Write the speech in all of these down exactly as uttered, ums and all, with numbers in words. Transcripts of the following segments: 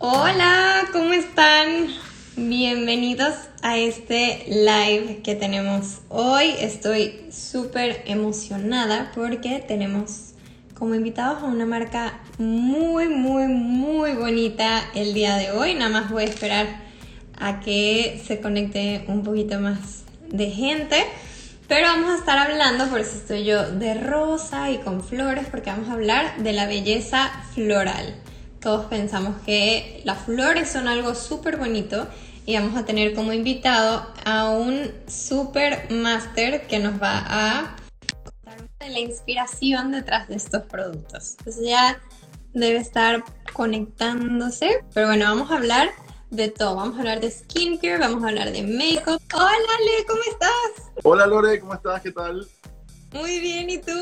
Hola, ¿cómo están? Bienvenidos a este live que tenemos hoy. Estoy súper emocionada porque tenemos como invitados a una marca muy, muy, muy bonita el día de hoy. Nada más voy a esperar a que se conecte un poquito más de gente. Pero vamos a estar hablando, por eso estoy yo, de rosa y con flores, porque vamos a hablar de la belleza floral. Todos pensamos que las flores son algo súper bonito y vamos a tener como invitado a un súper máster que nos va a contar de la inspiración detrás de estos productos. Entonces ya debe estar conectándose, pero bueno, vamos a hablar de todo. Vamos a hablar de skincare, vamos a hablar de makeup. Hola, Le, ¿cómo estás? Hola Lore, ¿cómo estás? ¿Qué tal? Muy bien, ¿y tú?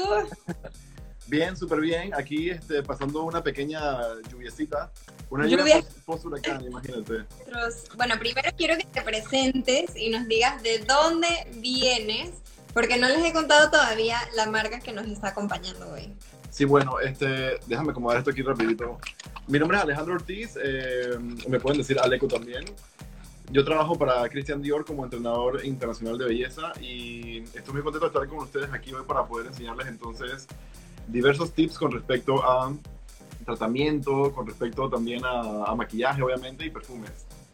Bien, súper bien. Aquí este, pasando una pequeña lluviecita. Una Lluvia. lluvia post-huracán, imagínate. Bueno, primero quiero que te presentes y nos digas de dónde vienes, porque no les he contado todavía la marca que nos está acompañando hoy. Sí, bueno, este, déjame acomodar esto aquí rapidito. Mi nombre es Alejandro Ortiz, eh, me pueden decir Aleco también. Yo trabajo para Christian Dior como entrenador internacional de belleza y estoy muy contento de estar con ustedes aquí hoy para poder enseñarles entonces diversos tips con respecto a tratamiento, con respecto también a, a maquillaje, obviamente, y perfumes.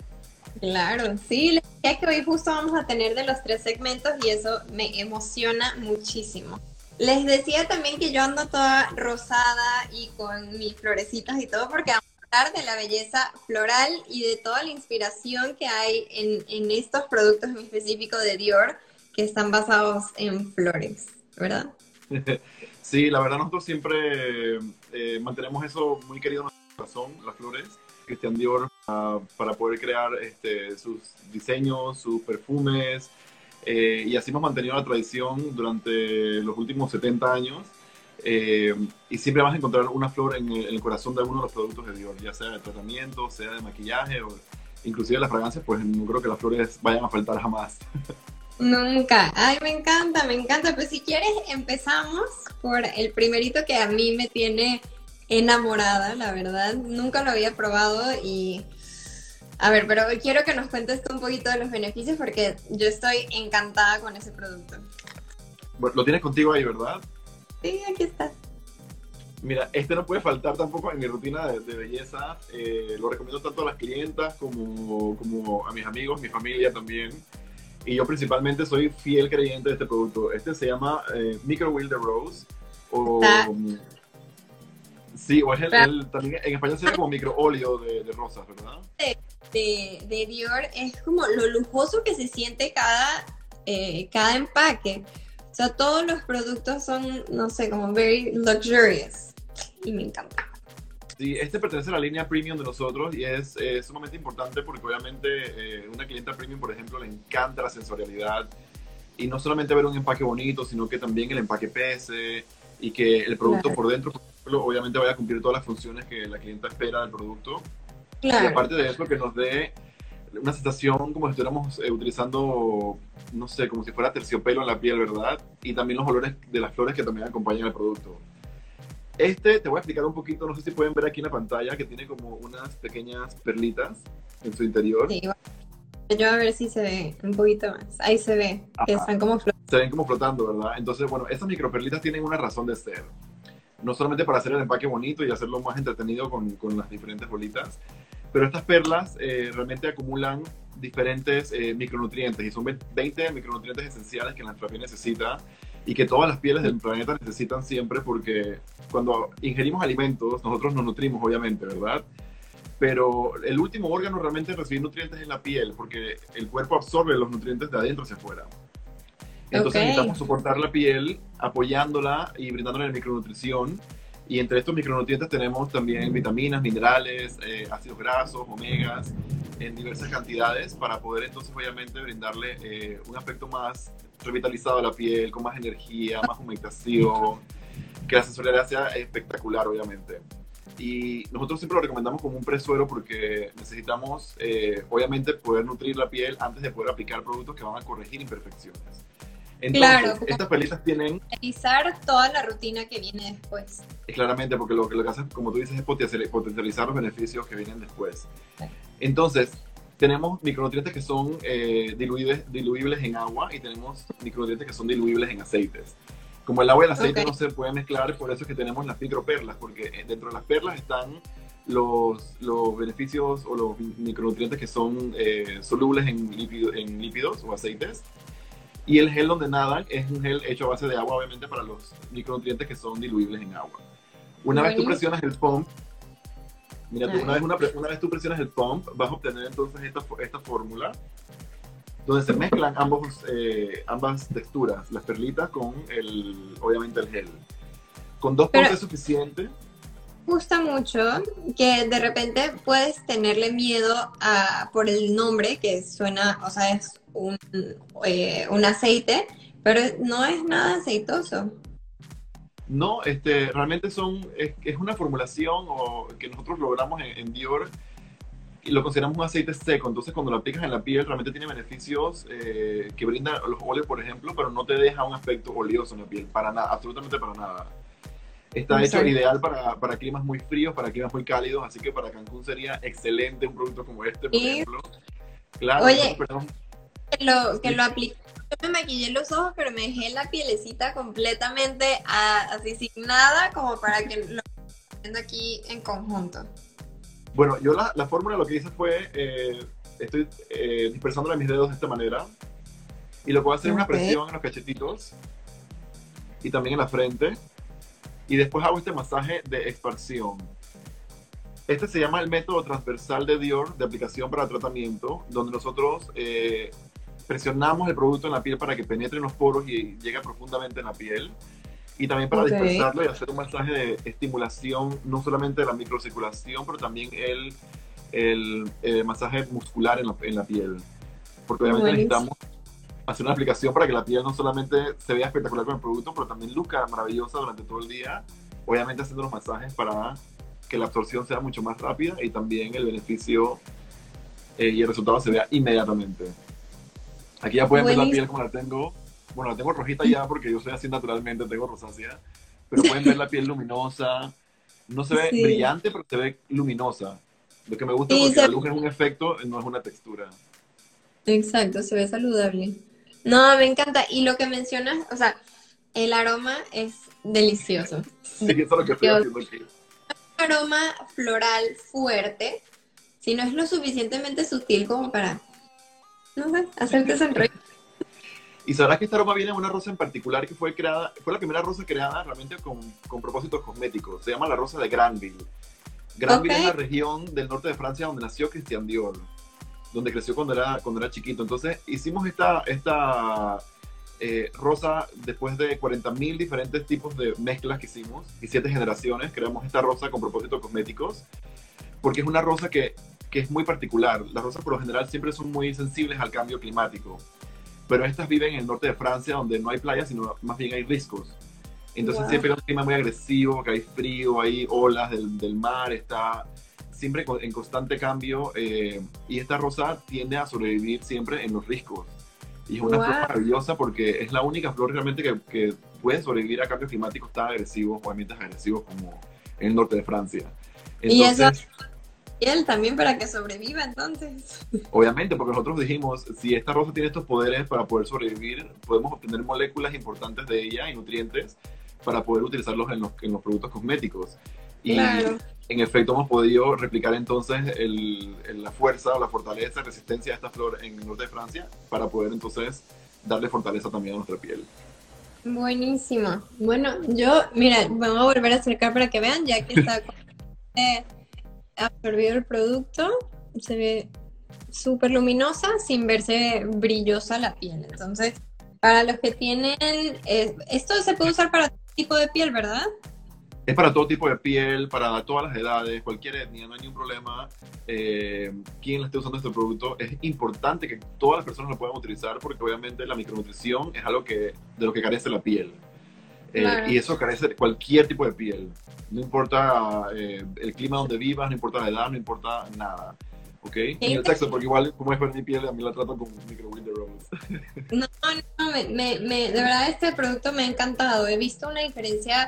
Claro, sí, les decía que hoy justo vamos a tener de los tres segmentos y eso me emociona muchísimo. Les decía también que yo ando toda rosada y con mis florecitas y todo porque vamos a hablar de la belleza floral y de toda la inspiración que hay en, en estos productos en específico de Dior que están basados en flores, ¿verdad? Sí, la verdad nosotros siempre eh, mantenemos eso muy querido en nuestro corazón, las flores. Christian Dior uh, para poder crear este, sus diseños, sus perfumes eh, y así hemos mantenido la tradición durante los últimos setenta años eh, y siempre vas a encontrar una flor en el, en el corazón de alguno de los productos de Dior, ya sea de tratamiento, sea de maquillaje o inclusive las fragancias, pues no creo que las flores vayan a faltar jamás. Nunca. Ay, me encanta, me encanta. Pues si quieres empezamos por el primerito que a mí me tiene enamorada, la verdad. Nunca lo había probado y... A ver, pero quiero que nos cuentes tú un poquito de los beneficios porque yo estoy encantada con ese producto. Bueno, lo tienes contigo ahí, ¿verdad? Sí, aquí está. Mira, este no puede faltar tampoco en mi rutina de, de belleza. Eh, lo recomiendo tanto a las clientas como, como a mis amigos, mi familia también. Y yo principalmente soy fiel creyente de este producto. Este se llama eh, Micro Oil de Rose. O, Ah. Sí, o es el, el, también en español sería como micro óleo de, de rosas, ¿verdad? De, de, de Dior es como lo lujoso que se siente cada, eh, cada empaque. O sea, todos los productos son, no sé, como very luxurious. Y me encanta. Sí, este pertenece a la línea premium de nosotros y es eh, sumamente importante porque obviamente eh, una clienta premium, por ejemplo, le encanta la sensorialidad y no solamente ver un empaque bonito, sino que también el empaque pese y que el producto Claro. por dentro, por ejemplo, obviamente vaya a cumplir todas las funciones que la clienta espera del producto. Claro. Y aparte de eso, que nos dé una sensación como si estuviéramos eh, utilizando, no sé, como si fuera terciopelo en la piel, ¿verdad? Y también los olores de las flores que también acompañan el producto. Este, te voy a explicar un poquito, no sé si pueden ver aquí en la pantalla, que tiene como unas pequeñas perlitas en su interior. Sí, yo a ver si se ve un poquito más. Ahí se ve, que Ajá. están como flotando. Se ven como flotando, ¿verdad? Entonces, bueno, estas microperlitas tienen una razón de ser. No solamente para hacer el empaque bonito y hacerlo más entretenido con, con las diferentes bolitas, pero estas perlas eh, realmente acumulan diferentes eh, micronutrientes y son veinte micronutrientes esenciales que nuestra piel necesita y que todas las pieles del planeta necesitan siempre porque cuando ingerimos alimentos nosotros nos nutrimos obviamente, ¿verdad? Pero el último órgano realmente en recibir nutrientes es la piel porque el cuerpo absorbe los nutrientes de adentro hacia afuera. Entonces Okay. necesitamos soportar la piel apoyándola y brindándole micronutrición. Y entre estos micronutrientes tenemos también vitaminas, minerales, eh, ácidos grasos, omegas, en diversas cantidades para poder entonces obviamente brindarle eh, un aspecto más revitalizado a la piel, con más energía, más humectación, que la sensorialidad sea espectacular obviamente. Y nosotros siempre lo recomendamos como un presuero porque necesitamos eh, obviamente poder nutrir la piel antes de poder aplicar productos que van a corregir imperfecciones. Entonces, Claro, como estas perlitas tienen, realizar toda la rutina que viene después. eh, claramente, porque lo, lo que hacen, como tú dices, es potenciali- potencializar los beneficios que vienen después. Entonces, tenemos micronutrientes que son eh, diluibles, diluibles en agua y tenemos micronutrientes que son diluibles en aceites. Como el agua y el aceite Ok. no se pueden mezclar, por eso es que tenemos las microperlas, porque dentro de las perlas están los, los beneficios o los micronutrientes que son eh, solubles en, lípido, en lípidos o aceites. Y el gel donde nadan es un gel hecho a base de agua, obviamente, para los micronutrientes que son diluibles en agua. Una vez tú Buenísimo. presionas el pump, mira, tú, una, vez Nice. una, una vez tú presionas el pump, vas a obtener entonces esta, esta fórmula donde se mezclan ambos, eh, ambas texturas, las perlitas con, el, obviamente, el gel. Con dos Pero pumps es suficiente. gusta mucho que de repente puedes tenerle miedo a, por el nombre, que suena, o sea, es un, eh, un aceite, pero no es nada aceitoso. No, este, realmente son, es, es una formulación o, que nosotros logramos en, en Dior y lo consideramos un aceite seco. Entonces, cuando lo aplicas en la piel, realmente tiene beneficios eh, que brindan los óleos, por ejemplo, pero no te deja un aspecto oleoso en la piel, para nada, absolutamente para nada. Está hecho Exacto. ideal para, para climas muy fríos, para climas muy cálidos, así que para Cancún sería excelente un producto como este, por Y, ejemplo. Claro, nosotros oye, tenemos, que lo, que sí, lo apliqué, yo me maquillé los ojos, pero me dejé la pielecita completamente ah, así sin nada, como para que lo estén viendo aquí en conjunto. bueno, yo la, la fórmula lo que hice fue, eh, estoy eh, dispersándola en mis dedos de esta manera, y lo que voy a hacer es una Ok. presión en los cachetitos, y también en la frente, y después hago este masaje de expansión. Este se llama el método transversal de Dior de aplicación para tratamiento, donde nosotros eh, presionamos el producto en la piel para que penetre en los poros y llegue profundamente en la piel. Y también para Ok. dispersarlo y hacer un masaje de estimulación, no solamente de la microcirculación, pero también el, el eh, masaje muscular en la, en la piel. Porque obviamente Buenísimo. necesitamos hacer una aplicación para que la piel no solamente se vea espectacular con el producto, pero también luzca maravillosa durante todo el día. Obviamente haciendo los masajes para que la absorción sea mucho más rápida y también el beneficio eh, y el resultado se vea inmediatamente. Aquí ya pueden ver la Buenísimo. piel como la tengo. Bueno, la tengo rojita ya porque yo soy así naturalmente, tengo rosácea. Pero pueden ver la piel luminosa. No se ve Sí. brillante, pero se ve luminosa. Lo que me gusta Sí, porque se- la luz es un efecto, no es una textura. exacto, se ve saludable. No, me encanta. Y lo que mencionas, o sea, el aroma es delicioso. Sí, eso es lo que estoy Delicioso. haciendo aquí. Un aroma floral fuerte, si no es lo suficientemente sutil como para, no sé, hacerte sonreír. Y sabrás que esta aroma viene de una rosa en particular que fue creada, fue la primera rosa creada realmente con, con propósitos cosméticos. Se llama la rosa de Granville. Granville Ok. es la región del norte de Francia donde nació Christian Dior, donde creció cuando era, cuando era chiquito. Entonces hicimos esta, esta eh, rosa después de cuarenta mil diferentes tipos de mezclas que hicimos y siete generaciones. Creamos esta rosa con propósitos cosméticos porque es una rosa que, que es muy particular. Las rosas por lo general siempre son muy sensibles al cambio climático, pero estas viven en el norte de Francia donde no hay playas, sino más bien hay riscos. Entonces Wow. siempre hay un clima muy agresivo, que hay frío, hay olas del, del mar, está siempre en constante cambio eh, y esta rosa tiende a sobrevivir siempre en los riscos. Y es una Wow. flor maravillosa porque es la única flor realmente que, que puede sobrevivir a cambios climáticos tan agresivos o ambientes agresivos como en el norte de Francia. Y eso Entonces, y él también para que sobreviva entonces. obviamente, porque nosotros dijimos, si esta rosa tiene estos poderes para poder sobrevivir, podemos obtener moléculas importantes de ella y nutrientes para poder utilizarlos en los, en los productos cosméticos. Y Claro. en efecto hemos podido replicar entonces el, el, la fuerza o la fortaleza, resistencia de esta flor en el norte de Francia para poder entonces darle fortaleza también a nuestra piel. Buenísimo. Bueno, yo, mira, vamos a volver a acercar para que vean, ya que está eh, absorbido el producto, se ve súper luminosa sin verse brillosa la piel. Entonces, para los que tienen, eh, esto se puede usar para todo tipo de piel, ¿verdad? Es para todo tipo de piel, para todas las edades, cualquier etnia, no hay ningún problema. Eh, quien esté usando este producto, es importante que todas las personas lo puedan utilizar porque obviamente la micronutrición es algo que, de lo que carece la piel. Eh, Claro. y eso carece de cualquier tipo de piel. No importa eh, el clima donde vivas, no importa la edad, no importa nada. ¿ok? Ni el sexo, porque igual, como es ver mi piel, a mí la trato con micro Winter Rose. No, no, me, me, me- de verdad este producto me ha encantado. He visto una diferencia,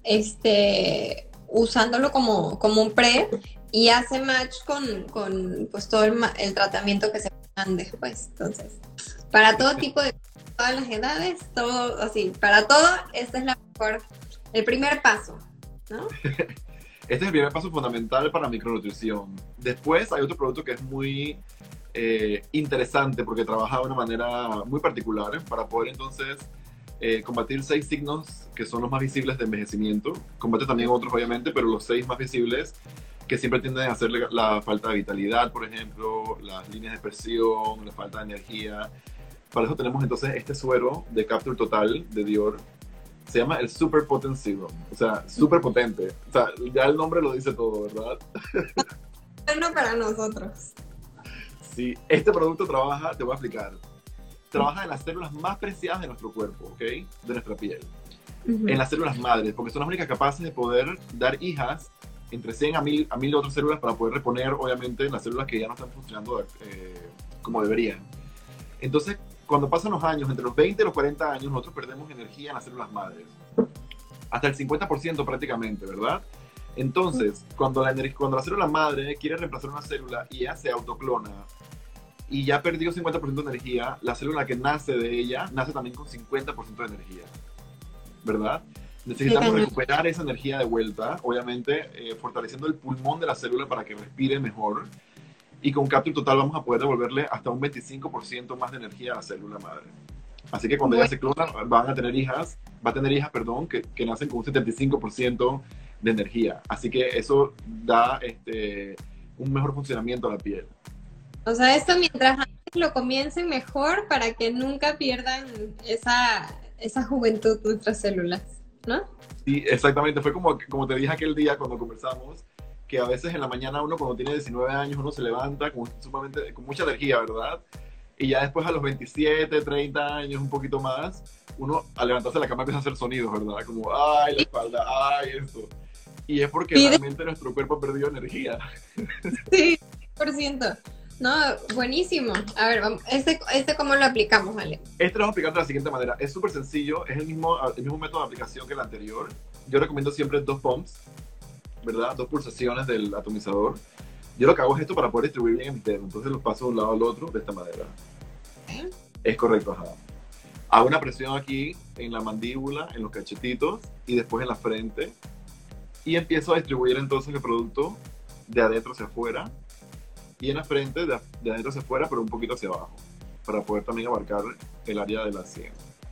este, usándolo como, como un pre y hace match con, con pues todo el, ma- el tratamiento que se dan después. Entonces, para todo tipo de todas las edades, todo así, para todo, esta es la mejor, el primer paso, ¿no? Este es el primer paso fundamental para micronutrición. Después hay otro producto que es muy eh, interesante porque trabaja de una manera muy particular para poder entonces eh, combatir seis signos que son los más visibles de envejecimiento. Combate también otros, obviamente, pero los seis más visibles que siempre tienden a ser la, la falta de vitalidad, por ejemplo, las líneas de expresión, la falta de energía. Para eso tenemos entonces este suero de Capture Total de Dior. Se llama el Super Potent Serum, o sea, súper potente. O sea, ya el nombre lo dice todo, ¿verdad? Bueno, para nosotros. Sí, este producto trabaja, te voy a explicar, trabaja en las células más preciadas de nuestro cuerpo, ¿ok? De nuestra piel. Uh-huh. En las células madres, porque son las únicas capaces de poder dar hijas entre cien a mil, a mil otras células para poder reponer, obviamente, las células que ya no están funcionando eh, como deberían. Entonces, cuando pasan los años, entre los veinte y los cuarenta años, nosotros perdemos energía en las células madres. Hasta el cincuenta por ciento prácticamente, ¿verdad? Entonces, cuando la, cuando la célula madre quiere reemplazar una célula y ella se autoclona y ya perdió cincuenta por ciento de energía, la célula que nace de ella nace también con cincuenta por ciento de energía, ¿verdad? Necesitamos recuperar esa energía de vuelta, obviamente eh, fortaleciendo el pulmón de la célula para que respire mejor. Y con Capture Total vamos a poder devolverle hasta un veinticinco por ciento más de energía a la célula madre. Así que cuando Bueno. ella se clona, van a tener hijas, va a tener hijas, perdón, que, que nacen con un setenta y cinco por ciento de energía. Así que eso da este, un mejor funcionamiento a la piel. O sea, esto mientras antes lo comiencen mejor para que nunca pierdan esa, esa juventud nuestras células, ¿no? Sí, exactamente. Fue como, como te dije aquel día cuando conversamos, que a veces en la mañana uno cuando tiene diecinueve años uno se levanta con, sumamente, con mucha energía, ¿verdad? Y ya después a los veintisiete, treinta años, un poquito más, uno al levantarse de la cama empieza a hacer sonidos, ¿verdad? Como, ay, la espalda, ay, esto. Y es porque Pide. realmente nuestro cuerpo ha perdido energía. Sí, cien por ciento. No, buenísimo. A ver, vamos, este, este ¿cómo lo aplicamos, Ale? Este lo vamos a aplicar de la siguiente manera. Es súper sencillo, es el mismo, el mismo método de aplicación que el anterior. Yo recomiendo siempre dos pumps, ¿verdad? Dos pulsaciones del atomizador. Yo lo que hago es esto para poder distribuir bien en mi dedo. Entonces los paso de un lado al otro de esta manera. ¿Eh? Es correcto, ajá. Hago una presión aquí en la mandíbula, en los cachetitos y después en la frente. Y empiezo a distribuir entonces el producto de adentro hacia afuera. Y en la frente, de, de adentro hacia afuera, pero un poquito hacia abajo. Para poder también abarcar el área de la sien.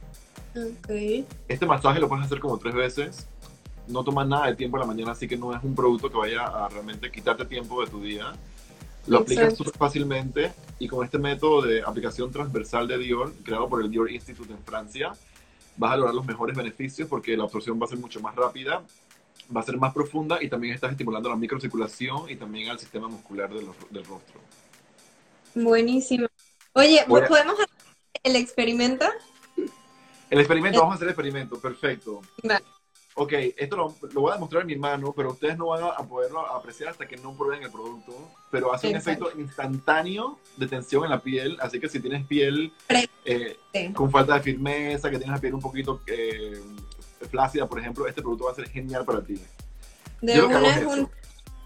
Ok. Este masaje lo puedes hacer como tres veces. No toma nada de tiempo en la mañana, así que no es un producto que vaya a realmente quitarte tiempo de tu día. Lo aplicas Exacto. súper fácilmente y con este método de aplicación transversal de Dior, creado por el Dior Institute en Francia, vas a lograr los mejores beneficios porque la absorción va a ser mucho más rápida, va a ser más profunda y también estás estimulando la microcirculación y también al sistema muscular del, del rostro. Buenísimo. Oye, Voy a- ¿podemos hacer el experimento? El experimento, vamos a hacer el experimento, perfecto. Vale. Ok, esto lo, lo voy a demostrar en mi mano, pero ustedes no van a poderlo apreciar hasta que no prueben el producto. Pero hace un Exacto. efecto instantáneo de tensión en la piel, así que si tienes piel eh, Sí. con falta de firmeza, que tienes la piel un poquito eh, flácida, por ejemplo, este producto va a ser genial para ti. De Yo lo que hago una es es un... esto.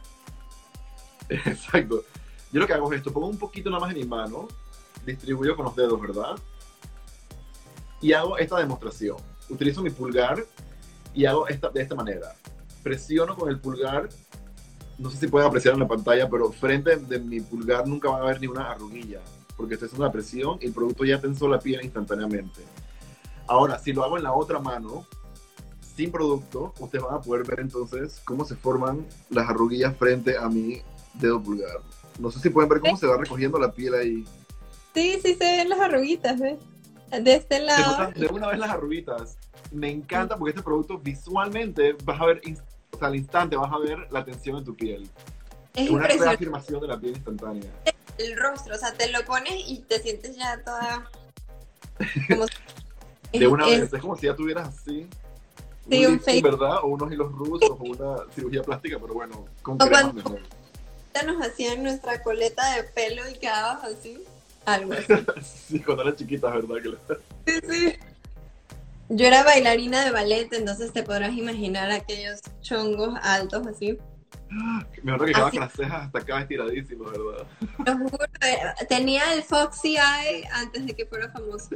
Exacto. Yo lo que hago es esto, pongo un poquito nada más en mi mano, distribuyo con los dedos, ¿verdad? Y hago esta demostración. Utilizo mi pulgar y hago esta, de esta manera. Presiono con el pulgar, no sé si pueden apreciar en la pantalla, pero frente de mi pulgar nunca van a ver ni una arruguilla, porque estoy haciendo la presión y el producto ya tensó la piel instantáneamente. Ahora, si lo hago en la otra mano, sin producto, ustedes van a poder ver entonces cómo se forman las arruguillas frente a mi dedo pulgar. No sé si pueden ver cómo se va recogiendo la piel ahí. Sí, sí se ven las arruguitas, ¿ves? De este Se lado. notan de una vez las arruguitas. Me encanta porque este producto visualmente vas a ver, o sea, al instante vas a ver la tensión en tu piel. Es Es una impresionante reafirmación de la piel instantánea. el rostro, o sea, te lo pones y te sientes ya toda... Como... De una es, vez, es como si ya tuvieras así. Sí, un lifting, face. ¿verdad? O unos hilos rusos o una cirugía plástica, pero bueno, con O cremas cuando- mejor. abuelita nos hacían nuestra coleta de pelo y quedabas así. Algo así. Sí, cuando eran chiquitas, ¿verdad? Que la- Sí, sí. Yo era bailarina de ballet, entonces te podrás imaginar aquellos chongos altos así. Mejor que quedaban Así, con las cejas hasta acá estiradísimas, ¿verdad? lo juro. eh, Tenía el Foxy Eye antes de que fuera famoso.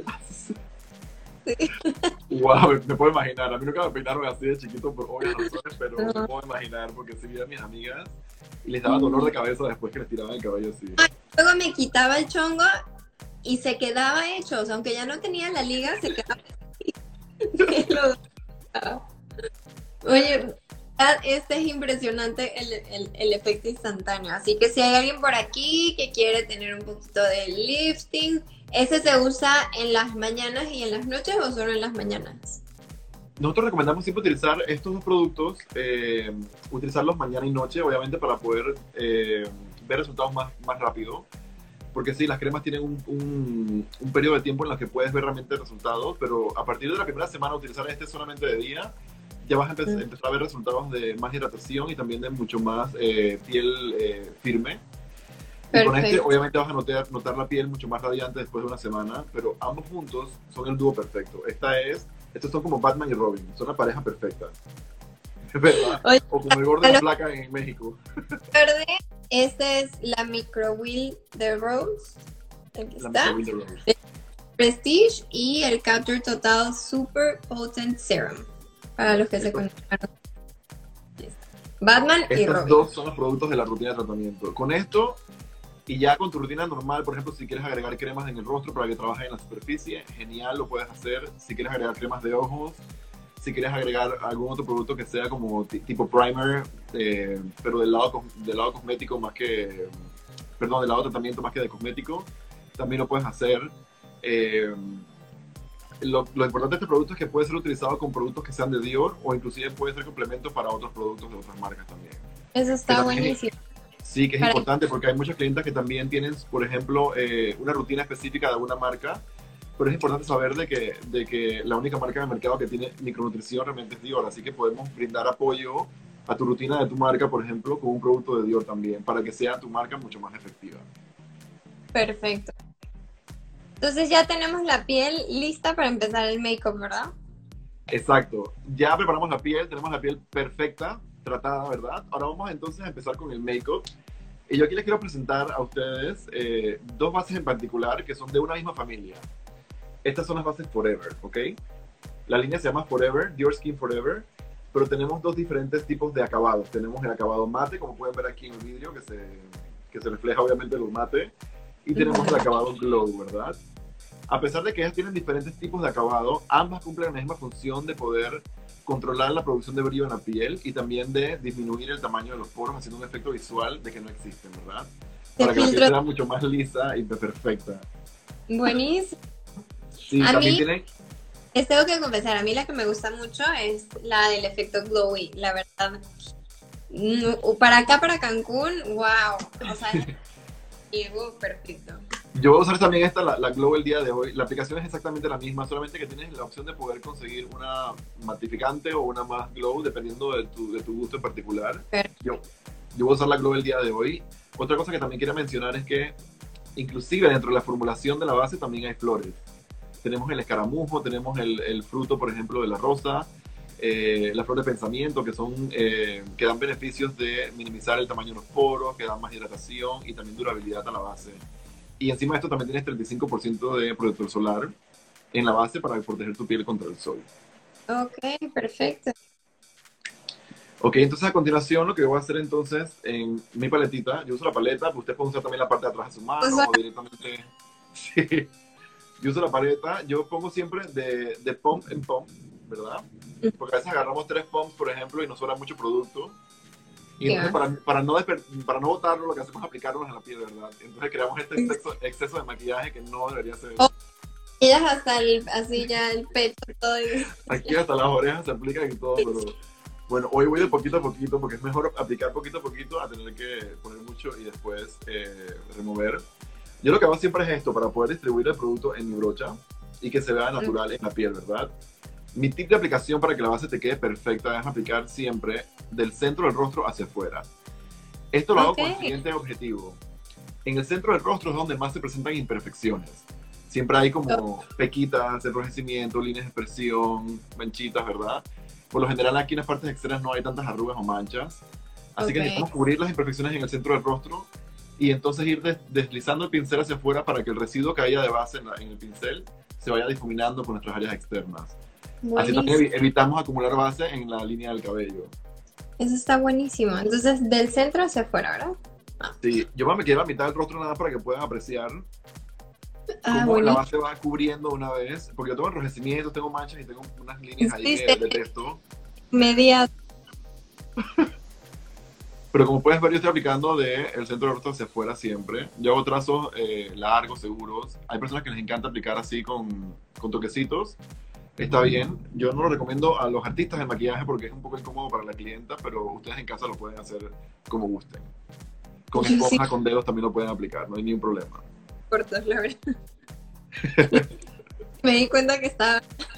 Sí. Wow, me puedo imaginar. A mí nunca me peinaron así de chiquito por obvias razones, pero me No. puedo imaginar porque sí vi a mis amigas y les daba dolor de cabeza después que les tiraban el cabello así. Luego me quitaba el chongo y se quedaba hecho. O sea, aunque ya no tenía la liga, se quedaba así. Me lo gustaba. Oye, ah, este es impresionante el, el- el efecto instantáneo. Así que si hay alguien por aquí que quiere tener un poquito de lifting, ¿ese se usa en las mañanas y en las noches o solo en las mañanas? Nosotros recomendamos siempre utilizar estos dos productos, eh, utilizarlos mañana y noche, obviamente para poder eh, ver resultados más, más rápido. Porque sí, las cremas tienen un, un, un periodo de tiempo en el que puedes ver realmente resultados, pero a partir de la primera semana utilizar este solamente de día, ya vas a empe- Mm, empezar a ver resultados de más hidratación y también de mucho más eh, piel eh, firme. Y con este, Perfecto. obviamente, vas a notar, notar la piel mucho más radiante después de una semana, pero ambos juntos son el dúo perfecto. Esta es, estos son como Batman y Robin, son la pareja perfecta. ¿Verdad? Oye, O como el gordo de la placa en México. verde, esta es la Micro Wheel de Rose. Aquí La está. Mister Winter Rose. Prestige y el Capture Total Super Potent Serum. Para los que se Estos, conectaron. Aquí está. Batman y estos Robin. dos son los productos de la rutina de tratamiento. Con esto, y ya con tu rutina normal, por ejemplo, si quieres agregar cremas en el rostro para que trabaje en la superficie, genial, lo puedes hacer. Si quieres agregar cremas de ojos, si quieres agregar algún otro producto que sea como ti- tipo primer, eh, pero del lado, cos- del lado cosmético más que, perdón, del lado de tratamiento más que de cosmético, también lo puedes hacer. Eh, lo, lo importante de este producto es que puede ser utilizado con productos que sean de Dior o inclusive puede ser complemento para otros productos de otras marcas también. Eso Que está también es- buenísimo. sí, que es Para- importante porque hay muchas clientas que también tienen, por ejemplo, eh, una rutina específica de alguna marca, pero es importante saber de que, de que la única marca en el mercado que tiene micronutrición realmente es Dior, así que podemos brindar apoyo a tu rutina de tu marca, por ejemplo, con un producto de Dior también, para que sea tu marca mucho más efectiva. Perfecto. Entonces ya tenemos la piel lista para empezar el make-up, ¿verdad? Exacto. Ya preparamos la piel, tenemos la piel perfecta, tratada, ¿verdad? Ahora vamos entonces a empezar con el make-up. Y yo aquí les quiero presentar a ustedes eh, dos bases en particular que son de una misma familia. Estas son las bases Forever, ¿ok? La línea se llama Forever, Dior Skin Forever, pero tenemos dos diferentes tipos de acabados. Tenemos el acabado mate, como pueden ver aquí en el vídeo, que se, que se refleja obviamente lo mate, y tenemos el acabado glow, ¿verdad? A pesar de que ellas tienen diferentes tipos de acabado, ambas cumplen la misma función de poder controlar la producción de brillo en la piel y también de disminuir el tamaño de los poros, haciendo un efecto visual de que no existen, ¿verdad? De Para que la piel filtro. sea mucho más lisa y perfecta. Buenísimo. Sí, A también mí- tienen... Les tengo que confesar, a mí la que me gusta mucho es la del efecto glowy, la verdad. Mm, Para acá, para Cancún, wow. O sea, llegó perfecto. Yo voy a usar también esta, la, la Glow, el día de hoy. La aplicación es exactamente la misma, solamente que tienes la opción de poder conseguir una matificante o una más Glow, dependiendo de tu, de tu gusto en particular. Yo, yo voy a usar la Glow el día de hoy. Otra cosa que también quiero mencionar es que, inclusive dentro de la formulación de la base, también hay flores. Tenemos el escaramujo, tenemos el, el fruto, por ejemplo, de la rosa, eh, la flor de pensamiento, que son eh, que dan beneficios de minimizar el tamaño de los poros, que dan más hidratación y también durabilidad a la base. Y encima de esto también tienes treinta y cinco por ciento de protector solar en la base para proteger tu piel contra el sol. Ok, perfecto. Ok, entonces a continuación lo que voy a hacer entonces en mi paletita, yo uso la paleta, pero usted puede usar también la parte de atrás de su mano O sea- o directamente... Sí, yo uso la paleta, yo pongo siempre de, de pump en pump, ¿verdad? Porque a veces agarramos tres pumps, por ejemplo, y nos sobra mucho producto. Y Ya. entonces para, para, no desper- para no botarlo, lo que hacemos es aplicarlo en la piel, ¿verdad? Entonces creamos este exceso, exceso de maquillaje que no debería ser. Oh. Ellas hasta el, así ya el pecho, todo. y- Aquí hasta las orejas se aplican y todo, pero bueno, hoy voy de poquito a poquito porque es mejor aplicar poquito a poquito a tener que poner mucho y después eh, remover. Yo lo que hago siempre es esto, para poder distribuir el producto en mi brocha y que se vea natural en la piel, ¿verdad? Mi tip de aplicación para que la base te quede perfecta es aplicar siempre del centro del rostro hacia afuera. Esto lo hago Ok. con el siguiente objetivo. En el centro del rostro es donde más se presentan imperfecciones. Siempre hay como pequitas, enrojecimiento, líneas de expresión, manchitas, ¿verdad? Por lo general aquí en las partes externas no hay tantas arrugas o manchas. Así Ok. que necesitamos cubrir las imperfecciones en el centro del rostro y entonces ir des- deslizando el pincel hacia afuera para que el residuo que haya de base en, la- en el pincel se vaya difuminando por nuestras áreas externas. Así también Buenísimo. evi- evitamos acumular base en la línea del cabello. Eso está buenísimo. Entonces, del centro hacia afuera, ¿verdad? Sí, yo me quedé a la mitad del rostro nada más para que puedan apreciar Ah, cómo la buenísimo. base va cubriendo una vez, porque yo tengo enrojecimientos, tengo manchas y tengo unas líneas ahí Sí, que sí. detesto. Media. Pero como puedes ver, yo estoy aplicando de el centro del rostro hacia afuera siempre. Yo hago trazos eh, largos, seguros. Hay personas que les encanta aplicar así con, con toquecitos. Está bien. Yo no lo recomiendo a los artistas de maquillaje porque es un poco incómodo para la clienta, pero ustedes en casa lo pueden hacer como gusten. Con Yo sí esponja, con dedos también lo pueden aplicar, no hay ningún problema. cortos, la verdad. Me di cuenta que estaba.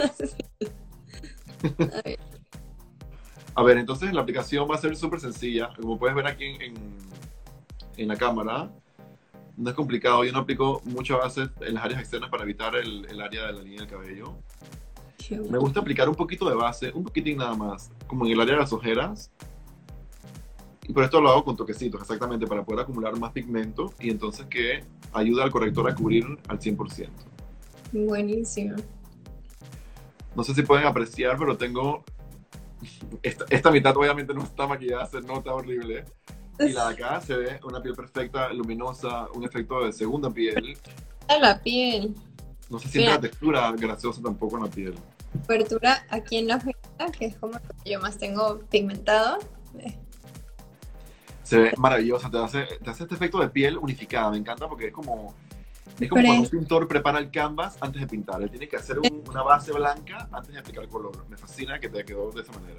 A ver. A ver, entonces la aplicación va a ser súper sencilla. Como puedes ver aquí en, en, en la cámara, no es complicado. Yo no aplico mucha base en las áreas externas para evitar el, el área de la línea del cabello. Qué Me bueno. gusta aplicar un poquito de base, un poquitín nada más, como en el área de las ojeras. Y por esto lo hago con toquecitos, exactamente, para poder acumular más pigmento y entonces que ayuda al corrector a cubrir al cien por ciento. Buenísimo. No sé si pueden apreciar, pero tengo... Esta, esta mitad obviamente no está maquillada, se nota horrible. Y la de acá se ve una piel perfecta, luminosa, un efecto de segunda piel. A la piel. No se siente Mira. la textura graciosa tampoco en la piel. Apertura aquí en la ojera, que es como lo que yo más tengo pigmentado. Eh, Se ve maravillosa, te hace, te hace este efecto de piel unificada. Me encanta porque es como, es como cuando un pintor prepara el canvas antes de pintar. Él tiene que hacer un- una base blanca antes de aplicar el color. Me fascina que te quedó de esa manera.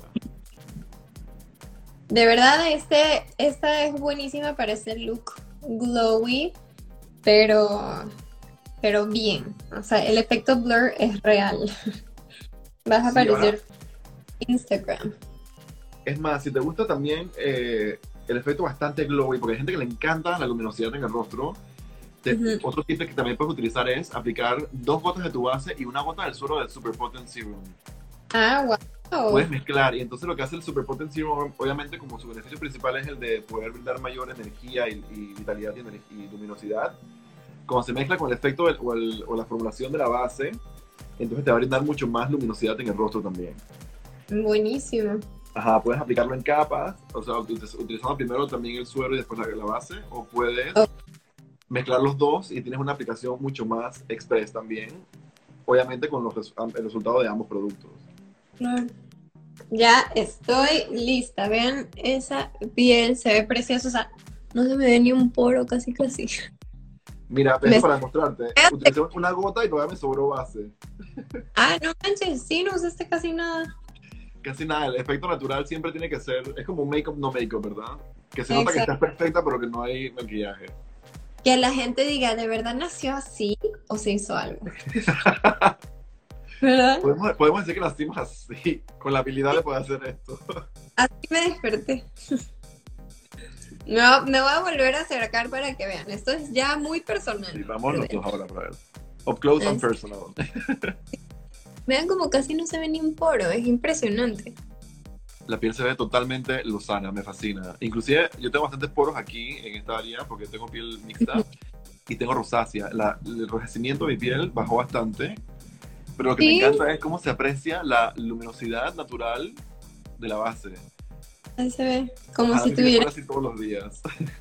De verdad, este, esta es buenísima para ese look glowy, pero, pero bien. O sea, el efecto blur es real. Vas a Sí, ahora- aparecer en Instagram. Es más, si te gusta también eh, el efecto bastante glowy, porque hay gente que le encanta la luminosidad en el rostro, te- Ujú. otro tip que también puedes utilizar es aplicar dos gotas de tu base y una gota del suero del Super Potent Serum. Ah, wow. Puedes mezclar y entonces lo que hace el Super Potent Serum, obviamente como su beneficio principal es el de poder brindar mayor energía y, y vitalidad y, ener- y luminosidad, como se mezcla con el efecto del- o, el- o la formulación de la base, entonces te va a brindar mucho más luminosidad en el rostro también. Buenísimo. Ajá, puedes aplicarlo en capas, o sea, utiliz- utilizando primero también el suero y después la, la base, o puedes Oh. mezclar los dos y tienes una aplicación mucho más express también, obviamente con los res- el resultado de ambos productos. Claro. Ya estoy lista. Vean esa piel, se ve preciosa. O sea, no se me ve ni un poro, casi casi. Mira, Me- eso para mostrarte, utilicé una gota y todavía me sobró base. Ah, no manches, sí, no usaste casi nada. Casi nada, el efecto natural siempre tiene que ser, es como un make-up no make-up, ¿verdad? Que se nota que Exacto. estás perfecta pero que no hay maquillaje. Que la gente diga, ¿de verdad nació así o se hizo algo? ¿Verdad? Podemos, podemos decir que nacimos así, con la habilidad de poder hacer esto. Así me desperté. No, me voy a volver a acercar para que vean. Esto es ya muy personal. Sí, vamos los dos ahora para ver. Up close and Es- personal. Vean como casi no se ve ni un poro, es impresionante. La piel se ve totalmente lozana, me fascina. Inclusive yo tengo bastantes poros aquí en esta área porque tengo piel mixta y tengo rosácea. La- el enrojecimiento de mi piel bajó bastante, pero lo que Sí. me encanta es cómo se aprecia la luminosidad natural de la base. Ahí se ve, como Ojalá si mi piel tuviera... fuera así todos los días.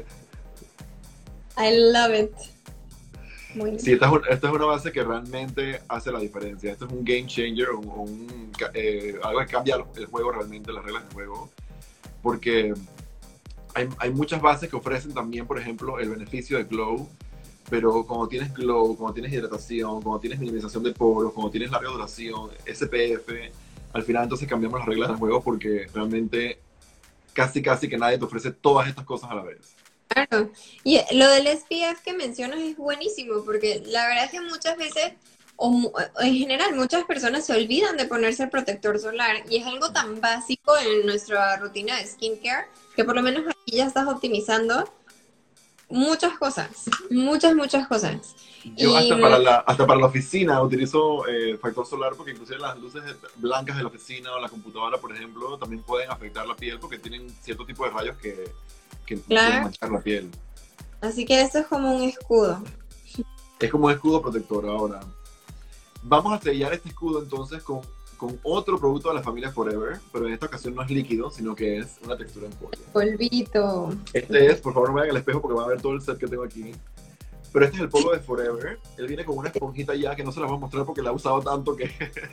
I love it. Muy Sí, esta es, un- esta es una base que realmente hace la diferencia. Esto es un game changer, un, un, ca- eh, algo que cambia el juego realmente, las reglas del juego. Porque hay, hay muchas bases que ofrecen también, por ejemplo, el beneficio de glow. Pero cuando tienes glow, cuando tienes hidratación, cuando tienes minimización de poros, cuando tienes larga duración, S P F, al final entonces cambiamos las reglas del juego porque realmente casi casi que nadie te ofrece todas estas cosas a la vez. Claro. Y lo del S P F que mencionas es buenísimo, porque la verdad es que muchas veces o en general muchas personas se olvidan de ponerse el protector solar y es algo tan básico en nuestra rutina de skincare que por lo menos aquí ya estás optimizando muchas cosas, muchas, muchas cosas. Yo y, hasta para la, hasta para la oficina utilizo eh, factor solar porque inclusive las luces blancas de la oficina o la computadora, por ejemplo, también pueden afectar la piel porque tienen cierto tipo de rayos que, que claro. pueden manchar la piel. Así que esto es como un escudo. Es como un escudo protector. Ahora, vamos a sellar este escudo entonces con, con otro producto de la familia Forever, pero en esta ocasión no es líquido, sino que es una textura en polvo. Polvito. Este es, por favor no me vean el espejo porque van a ver todo el set que tengo aquí. Pero este es el polvo de Forever. Él viene con una esponjita ya que no se la voy a mostrar porque la he usado tanto que...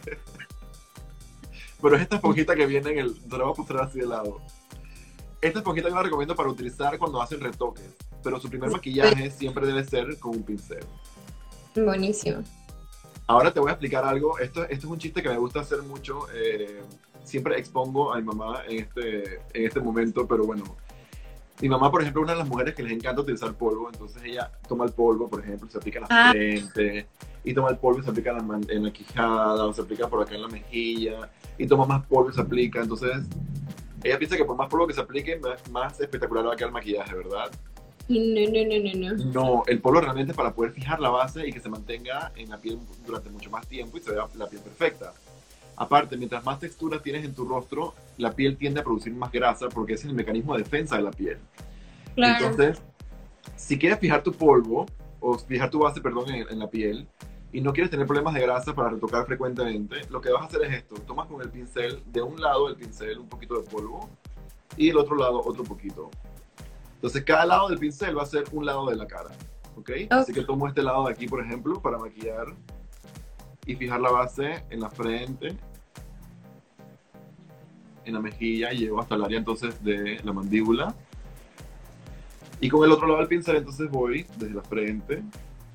Pero es esta esponjita que viene en el... Se la voy a mostrar así de lado. Esta esponjita yo la recomiendo para utilizar cuando hacen retoques. Pero su primer maquillaje siempre debe ser con un pincel. Buenísimo. Ahora te voy a explicar algo. Esto, esto es un chiste que me gusta hacer mucho. Eh, siempre expongo a mi mamá en este, en este momento, pero bueno... Mi mamá, por ejemplo, es una de las mujeres que les encanta utilizar polvo, entonces ella toma el polvo, por ejemplo, se aplica en la ah. frente, y toma el polvo y se aplica en la, en la quijada, o se aplica por acá en la mejilla, y toma más polvo y se aplica, entonces ella piensa que por más polvo que se aplique, más, más espectacular va a quedar el maquillaje, ¿verdad? No, no, no, no, no. No, el polvo realmente es para poder fijar la base y que se mantenga en la piel durante mucho más tiempo y se vea la piel perfecta. Aparte, mientras más textura tienes en tu rostro, la piel tiende a producir más grasa porque ese es el mecanismo de defensa de la piel. Claro. Entonces, si quieres fijar tu polvo, o fijar tu base, perdón, en, en la piel, y no quieres tener problemas de grasa para retocar frecuentemente, lo que vas a hacer es esto. Tomas con el pincel, de un lado del pincel un poquito de polvo, y del otro lado otro poquito. Entonces, cada lado del pincel va a ser un lado de la cara, ¿ok? okay. Así que tomo este lado de aquí, por ejemplo, para maquillar y fijar la base en la frente, en la mejilla, y llego hasta el área entonces de la mandíbula. Y con el otro lado del pincel entonces voy desde la frente.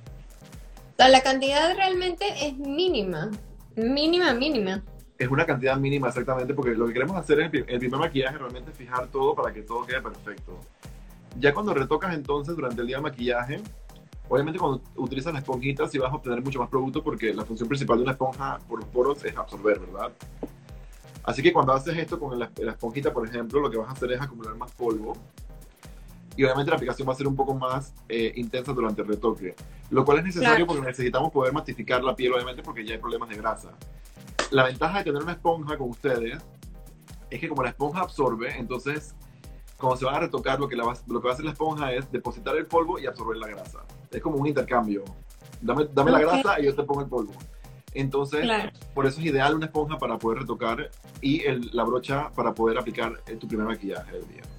O sea, la cantidad realmente es mínima, mínima, mínima. Es una cantidad mínima exactamente, porque lo que queremos hacer es el primer maquillaje, realmente fijar todo para que todo quede perfecto. Ya cuando retocas entonces durante el día de maquillaje, obviamente cuando utilizas la esponjita sí vas a obtener mucho más producto porque la función principal de una esponja por los poros es absorber, ¿verdad? Así que cuando haces esto con la, la esponjita, por ejemplo, lo que vas a hacer es acumular más polvo. Y obviamente la aplicación va a ser un poco más eh, intensa durante el retoque. Lo cual es necesario claro. porque necesitamos poder matificar la piel, obviamente, porque ya hay problemas de grasa. La ventaja de tener una esponja con ustedes es que como la esponja absorbe, entonces cuando se van a retocar, lo que, la va, lo que va a hacer la esponja es depositar el polvo y absorber la grasa. Es como un intercambio. Dame, dame okay. la grasa y yo te pongo el polvo. Entonces, claro. por eso es ideal una esponja para poder retocar y el, la brocha para poder aplicar tu primer maquillaje del día.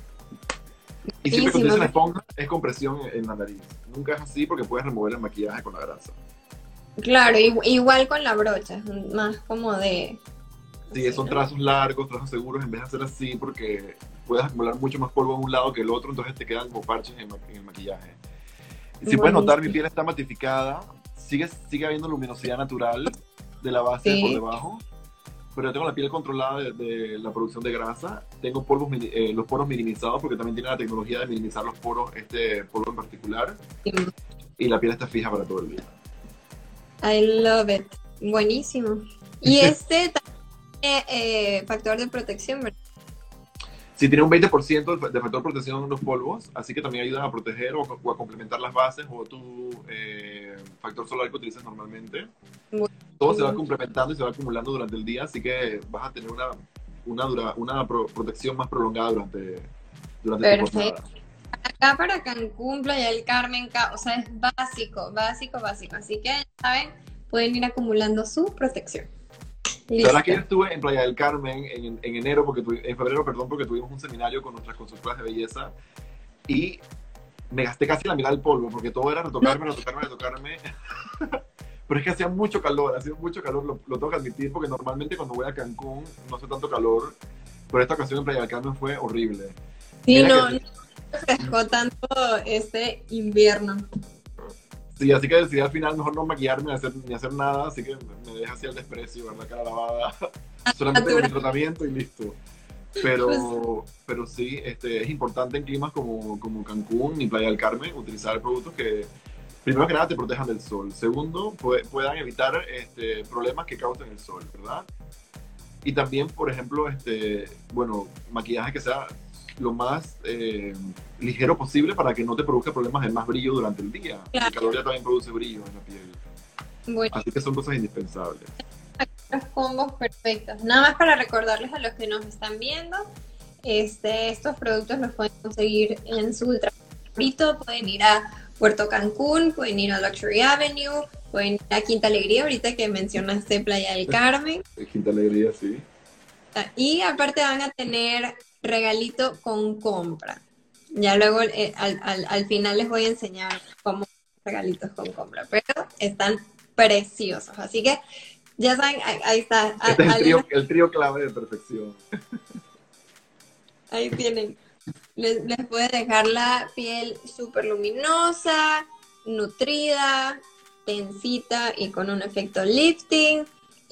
Y siempre que utilizas la esponja es con presión en la nariz. Nunca es así porque puedes remover el maquillaje con la grasa. Claro, igual con la brocha, más como de... Sí, son trazos largos, trazos seguros, en vez de hacer así porque puedes acumular mucho más polvo en un lado que el otro, entonces te quedan como parches en, en el maquillaje. Si bueno, puedes notar, mi piel está matificada, sigue, sigue habiendo luminosidad natural de la base sí. por debajo, pero yo tengo la piel controlada de, de la producción de grasa, tengo polvos, eh, los poros minimizados porque también tiene la tecnología de minimizar los poros, este polvo en particular, sí. y la piel está fija para todo el día. I love it. Buenísimo. Y este eh, eh, factor de protección, ¿verdad? Sí, tiene un veinte por ciento de factor de protección en los polvos, así que también ayudan a proteger o, o a complementar las bases o tu eh, factor solar que utilizas normalmente. Bueno. Todo se va complementando y se va acumulando durante el día, así que vas a tener una, una, dura, una pro, protección más prolongada durante, durante tu jornada. Acá para Cancún, Playa del Carmen, o sea, es básico, básico, básico. Así que, ¿saben? Pueden ir acumulando su protección. La verdad que yo estuve en Playa del Carmen en, en enero, porque tu, en febrero, perdón, porque tuvimos un seminario con nuestras consultoras de belleza y me gasté casi la mitad del polvo, porque todo era retocarme, no. retocarme, retocarme. Pero es que hacía mucho calor, hacía mucho calor, lo, lo tengo que admitir, porque normalmente cuando voy a Cancún no hace tanto calor, pero esta ocasión en Playa del Carmen fue horrible. Sí, Mira no, que, no refrescó tanto este invierno. Sí, así que decidí al final mejor no maquillarme ni hacer, ni hacer nada, así que me dejé así el desprecio, ver la cara lavada, solamente con mi tratamiento y listo. Pero, pero sí, este, es importante en climas como, como Cancún y Playa del Carmen utilizar productos que primero que nada te protejan del sol. Segundo, pu- puedan evitar este, problemas que causen el sol, ¿verdad? Y también, por ejemplo, este, bueno, maquillaje que sea lo más eh, ligero posible para que no te produzca problemas de más brillo durante el día. Claro. El calor ya también produce brillo en la piel. Bueno, Así que son cosas indispensables. los combos perfectos. Nada más para recordarles a los que nos están viendo, este, estos productos los pueden conseguir en su ultra favorito. Pueden ir a Puerto Cancún, pueden ir a Luxury Avenue, pueden ir a Quinta Alegría, ahorita que mencionaste Playa del Carmen. Quinta Alegría, sí. Y aparte van a tener regalito con compra. Ya luego eh, al, al, al final les voy a enseñar cómo regalitos con compra, pero están preciosos. Así que ya saben, ahí, ahí está. Este es el Al- trío, el trío clave de perfección. Ahí tienen. Les, les puede dejar la piel súper luminosa, nutrida, tensita y con un efecto lifting.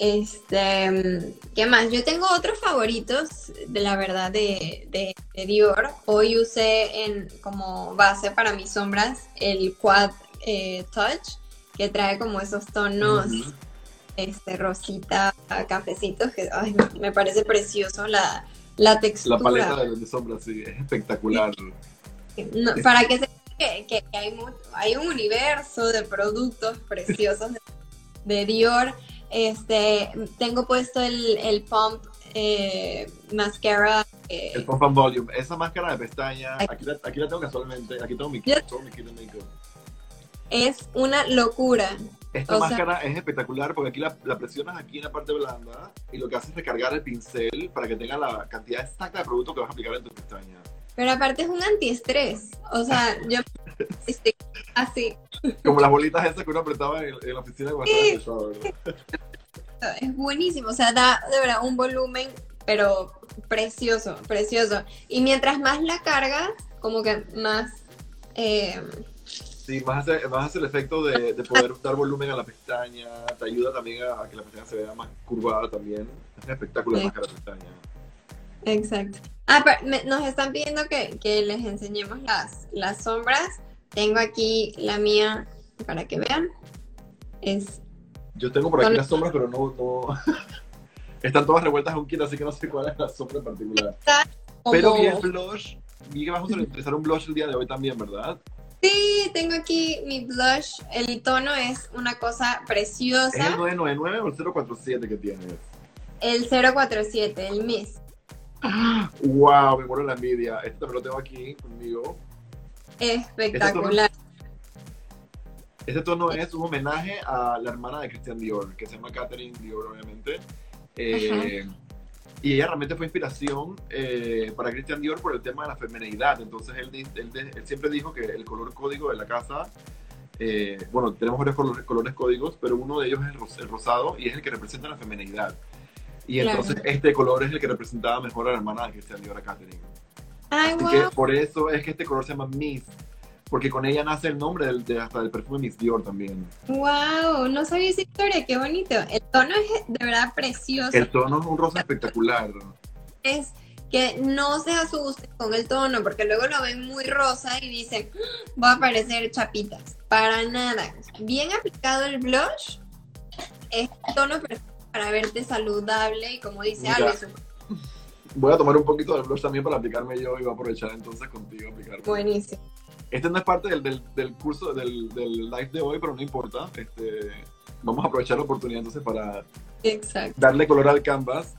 Este, ¿qué más? Yo tengo otros favoritos, de la verdad, de, de, de Dior. Hoy usé en, como base para mis sombras el Quad eh, Touch, que trae como esos tonos Uh-huh. este, rosita, cafecitos, que ay, me parece precioso la, la textura. La paleta de, de sombras, sí, es espectacular. No, para que se que, que, que hay, mu- hay un universo de productos preciosos de, de Dior. Este, tengo puesto el, el Pump eh, Mascara. eh, El Pump and Volume, esa máscara de pestaña, aquí la, aquí la tengo casualmente, aquí tengo mi kit, todo mi kit de makeup. es una locura. Esta O sea- máscara es espectacular porque aquí la, la presionas aquí en la parte blanda y lo que hace es recargar el pincel para que tenga la cantidad exacta de producto que vas a aplicar en tu pestaña. Pero aparte es un antiestrés. O sea, yo estoy así. Como las bolitas esas que uno apretaba en, en la oficina cuando Sí. estaba estresado, ¿verdad? Es buenísimo. O sea, da de verdad un volumen, pero precioso, precioso. Y mientras más la cargas, como que más. eh, Sí, más hace, más hace el efecto de, de poder dar volumen a la pestaña, te ayuda también a, a que la pestaña se vea más curvada también. Es un espectáculo de Sí. máscara de pestaña. Exacto. Ah, pero me- nos están pidiendo que, que les enseñemos las, las sombras. Tengo aquí la mía para que vean. Es Yo tengo por aquí Son- las sombras, pero no, no... Están todas revueltas a un kit, así que no sé cuál es la sombra en particular. como... Pero vi el blush, vi que vamos a utilizar un blush el día de hoy también, ¿verdad? Sí, tengo aquí mi blush. El tono es una cosa ¿Es preciosa. el nueve nueve nueve o el cero cuatro siete que tienes? El cero cuatro siete, el Miss. ¡Wow! Me muero de la envidia. Este también lo tengo aquí conmigo. Espectacular. Este tono es un homenaje a la hermana de Christian Dior, que se llama Catherine Dior, obviamente. Eh, y ella realmente fue inspiración eh, para Christian Dior por el tema de la femineidad. Entonces él, di- él, de- él siempre dijo que el color código de la casa, eh, bueno, tenemos varios colores, colores códigos, pero uno de ellos es el, ros- el rosado y es el que representa la femineidad. Y Claro. entonces este color es el que representaba mejor a la hermana de Christian Dior, a Catherine. Ay, Así wow. que por eso es que este color se llama Miss, porque con ella nace el nombre del, de, hasta del perfume Miss Dior también. Wow, no sabía esa historia, qué bonito. El tono es de verdad precioso. El tono es un rosa espectacular. Es que no se asusten con el tono, porque luego lo ven muy rosa y dicen, "Ah, va a parecer chapitas". Para nada. Bien aplicado el blush, es tono perfecto para verte saludable y como dice Mira. Alex, Voy a tomar un poquito de blush también para aplicarme yo y voy a aprovechar entonces contigo a aplicarme. buenísimo. Este no es parte del, del, del curso, del, del live de hoy, pero no importa. Este, vamos a aprovechar la oportunidad entonces para Exacto. darle color al canvas.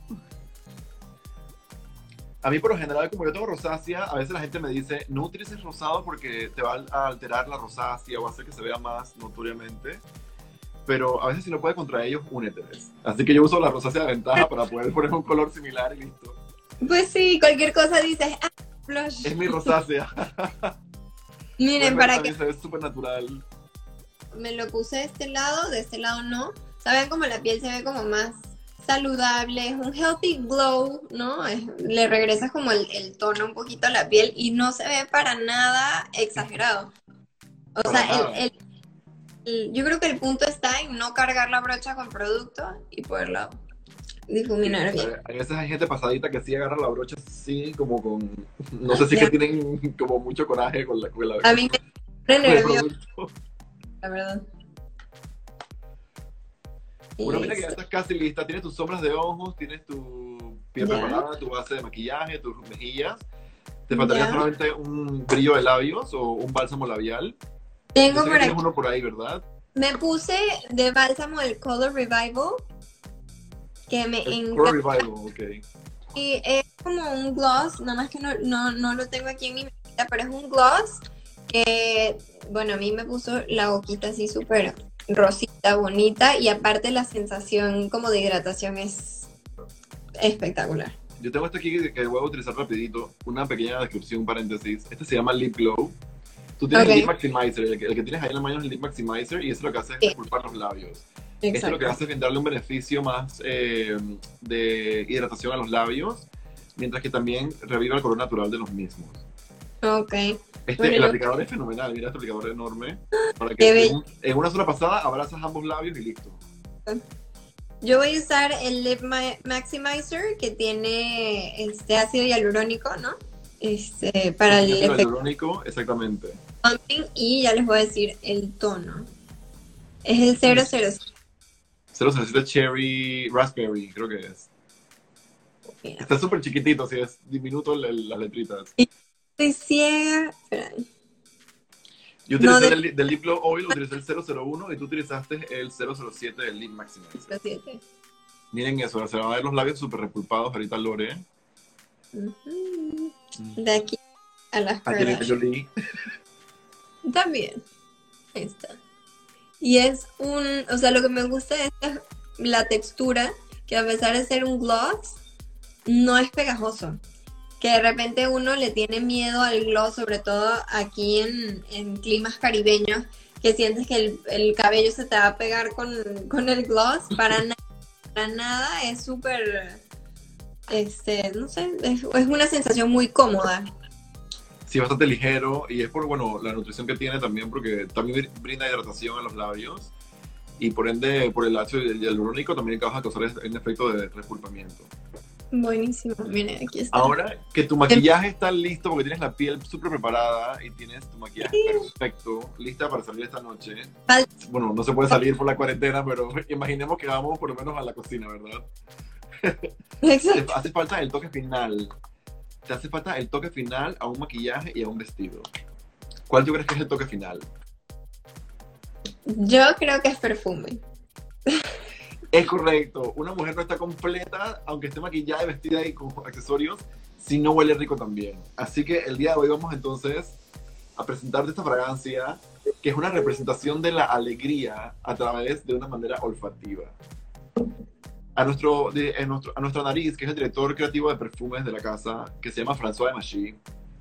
A mí, por lo general, como yo tengo rosácea, a veces la gente me dice, no utilices rosado porque te va a alterar la rosácea o hacer que se vea más notoriamente. Pero a veces si no puedes contra ellos, úneteles. Así que yo uso la rosácea de ventaja para poder poner un color similar y listo. Pues sí, cualquier cosa dices, ah, blush. Es mi rosácea. Miren, Bueno, para también que se ve súper natural. me lo puse de este lado, de este lado no. Saben como la piel se ve como más saludable, es un healthy glow, ¿no? Es- le regresas como el, el tono un poquito a la piel y no se ve para nada exagerado. O Para sea, nada. el, el- el- yo creo que el punto está en no cargar la brocha con producto y poderlo difuminar bien. A veces hay gente pasadita que sí agarra la brocha así, como con... No sé si Ya. que tienen como mucho coraje con la... Con la A mí me pone con el nervioso. producto. la verdad. Bueno, mira que ya Listo. estás casi lista. Tienes tus sombras de ojos, tienes tu piel Ya. preparada, tu base de maquillaje, tus mejillas. Te faltaría Ya. solamente un brillo de labios o un bálsamo labial. Tengo Yo sé que por tienes aquí. uno por ahí, ¿verdad? Me puse de bálsamo el Color Revival, que me El Color encanta. Revival, ok. Y es como un gloss, nada más que no, no, no lo tengo aquí en mi mesita, pero es un gloss que, bueno, a mí me puso la boquita así súper rosita, bonita, y aparte la sensación como de hidratación es espectacular. Yo tengo este aquí que, que voy a utilizar rapidito. Una pequeña descripción, un paréntesis. Este se llama Lip Glow. Tú tienes Ok. el Lip Maximizer. El que, el que tienes ahí en la mano es el Lip Maximizer y eso lo que hace es Sí. repulpar los labios. Esto Exacto. lo que hace es darle un beneficio más eh, de hidratación a los labios, mientras que también reviva el color natural de los mismos. Ok. Este, Bueno, el yo- aplicador es fenomenal, mira este aplicador enorme, para Qué que bello. en, un- en una sola pasada abrazas ambos labios y listo. Yo voy a usar el Lip Ma- Maximizer que tiene este ácido hialurónico, ¿no? Este, para el Ácido efecto hialurónico, exactamente. pumping, y ya les voy a decir el tono. Es el cero cero. cero cero siete Cherry Raspberry, creo que es. Mira, Está súper chiquitito, así es diminuto el- el- las letritas. estoy ciega. Espera. Yo No, utilicé de- del, del Lip Glow Oil, utilicé el cero cero uno y tú utilizaste el cero cero siete del Lip Maximizer. Lo siete. Miren eso, se van a ver los labios súper repulpados ahorita, Lore. Ujú. De aquí a las Angelina Kardashian. Jolie. También. Ahí está. Y es un, o sea, lo que me gusta es la, la textura, que a pesar de ser un gloss, no es pegajoso. Que de repente uno le tiene miedo al gloss, sobre todo aquí en, en climas caribeños, que sientes que el, el cabello se te va a pegar con, con el gloss. Para nada, para nada, es súper, este, no sé, es, es una sensación muy cómoda. Sí, bastante ligero y es por, bueno, la nutrición que tiene también, porque también brinda hidratación a los labios y por ende, por el ácido hialurónico también causa causar un efecto de repulpamiento. Buenísimo, miren, aquí está. Ahora que tu maquillaje está listo, porque tienes la piel súper preparada y tienes tu maquillaje perfecto, lista para salir esta noche. Fal- Bueno, no se puede salir por la cuarentena, pero imaginemos que vamos por lo menos a la cocina, ¿verdad? Exacto. Te hace falta el toque final. Te hace falta el toque final a un maquillaje y a un vestido. ¿Cuál tú crees que es el toque final? Yo creo que es perfume. Es correcto. Una mujer no está completa, aunque esté maquillada y vestida y con accesorios, si no huele rico también. Así que el día de hoy vamos entonces a presentarte esta fragancia, que es una representación de la alegría a través de una manera olfativa. A, nuestro, de, a, nuestro, a nuestra nariz, que es el director creativo de perfumes de la casa, que se llama François Demachy,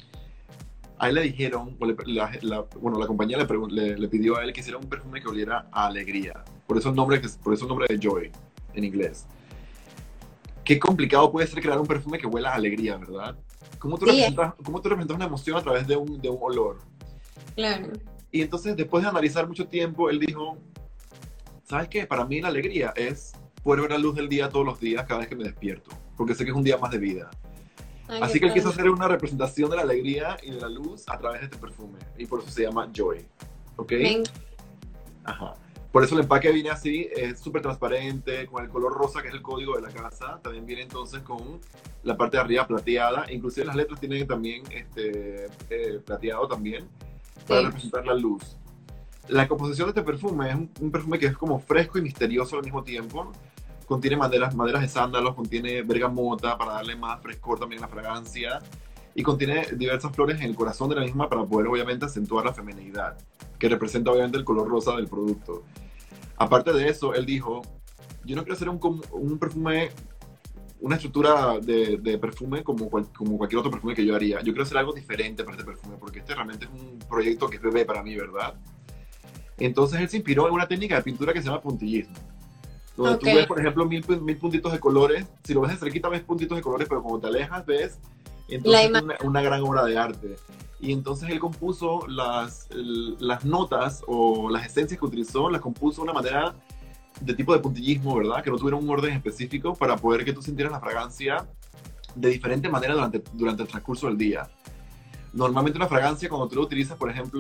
a él le dijeron, o le, la, la, bueno, la compañía le, le, le pidió a él que hiciera un perfume que oliera a alegría. Por eso el nombre, por eso el nombre de Joy, en inglés. Qué complicado puede ser crear un perfume que huela a alegría, ¿verdad? ¿Cómo tú, Sí. representas, ¿cómo tú representas una emoción a través de un, de un olor? Claro. Y entonces, después de analizar mucho tiempo, él dijo, ¿sabes qué? Para mí la alegría es poder ver la luz del día todos los días cada vez que me despierto, porque sé que es un día más de vida. Ay, Así qué que él quiso padre. hacer una representación de la alegría y de la luz a través de este perfume, y por eso se llama Joy. ¿Ok? Me Ajá. Por eso el empaque viene así, es súper transparente, con el color rosa que es el código de la casa. También viene entonces con la parte de arriba plateada. Inclusive las letras tienen también este, eh, plateado también, para Sí. representar la luz. La composición de este perfume es un, un perfume que es como fresco y misterioso al mismo tiempo. Contiene maderas, maderas de sándalos, contiene bergamota para darle más frescor también a la fragancia. Y contiene diversas flores en el corazón de la misma para poder obviamente acentuar la feminidad, que representa obviamente el color rosa del producto. Aparte de eso, él dijo, yo no quiero hacer un, un perfume, una estructura de, de perfume como, cual, como cualquier otro perfume que yo haría. Yo quiero hacer algo diferente para este perfume, porque este realmente es un proyecto que es bebé para mí, ¿verdad? Entonces él se inspiró en una técnica de pintura que se llama puntillismo. Donde Ok. tú ves, por ejemplo, mil, mil puntitos de colores. Si lo ves de cerquita ves puntitos de colores, pero cuando te alejas ves entonces ima- una, una gran obra de arte. Y entonces él compuso las, el- las notas o las esencias que utilizó, las compuso de una manera de tipo de puntillismo, ¿verdad? Que no tuviera un orden específico para poder que tú sintieras la fragancia de diferente manera durante, durante el transcurso del día. Normalmente una fragancia, cuando tú la utilizas, por ejemplo,